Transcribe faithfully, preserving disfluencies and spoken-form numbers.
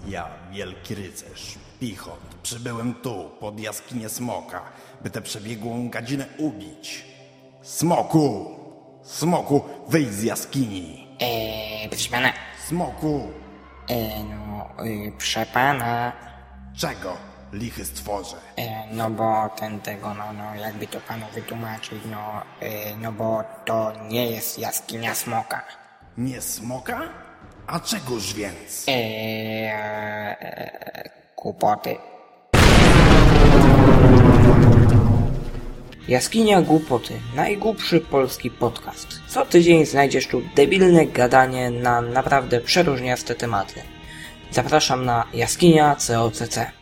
Ja, wielki rycerz, Pichot, przybyłem tu, pod jaskinię Smoka, by tę przebiegłą gadzinę ubić. Smoku! Smoku, wyjdź z jaskini! Eee, proszę pana, Smoku! eee, no, yy, proszę pana, Czego, lichy stworze? eee, no bo ten tego, no, no, jakby to panu wytłumaczyć, no, yy, no bo to nie jest jaskinia Smoka. Nie smoka? A czegoż więc? Eee, eee, kłopoty. Jaskinia Głupoty. Najgłupszy polski podcast. Co tydzień znajdziesz tu debilne gadanie na naprawdę przeróżniaste tematy. Zapraszam na jaskinia C O C C.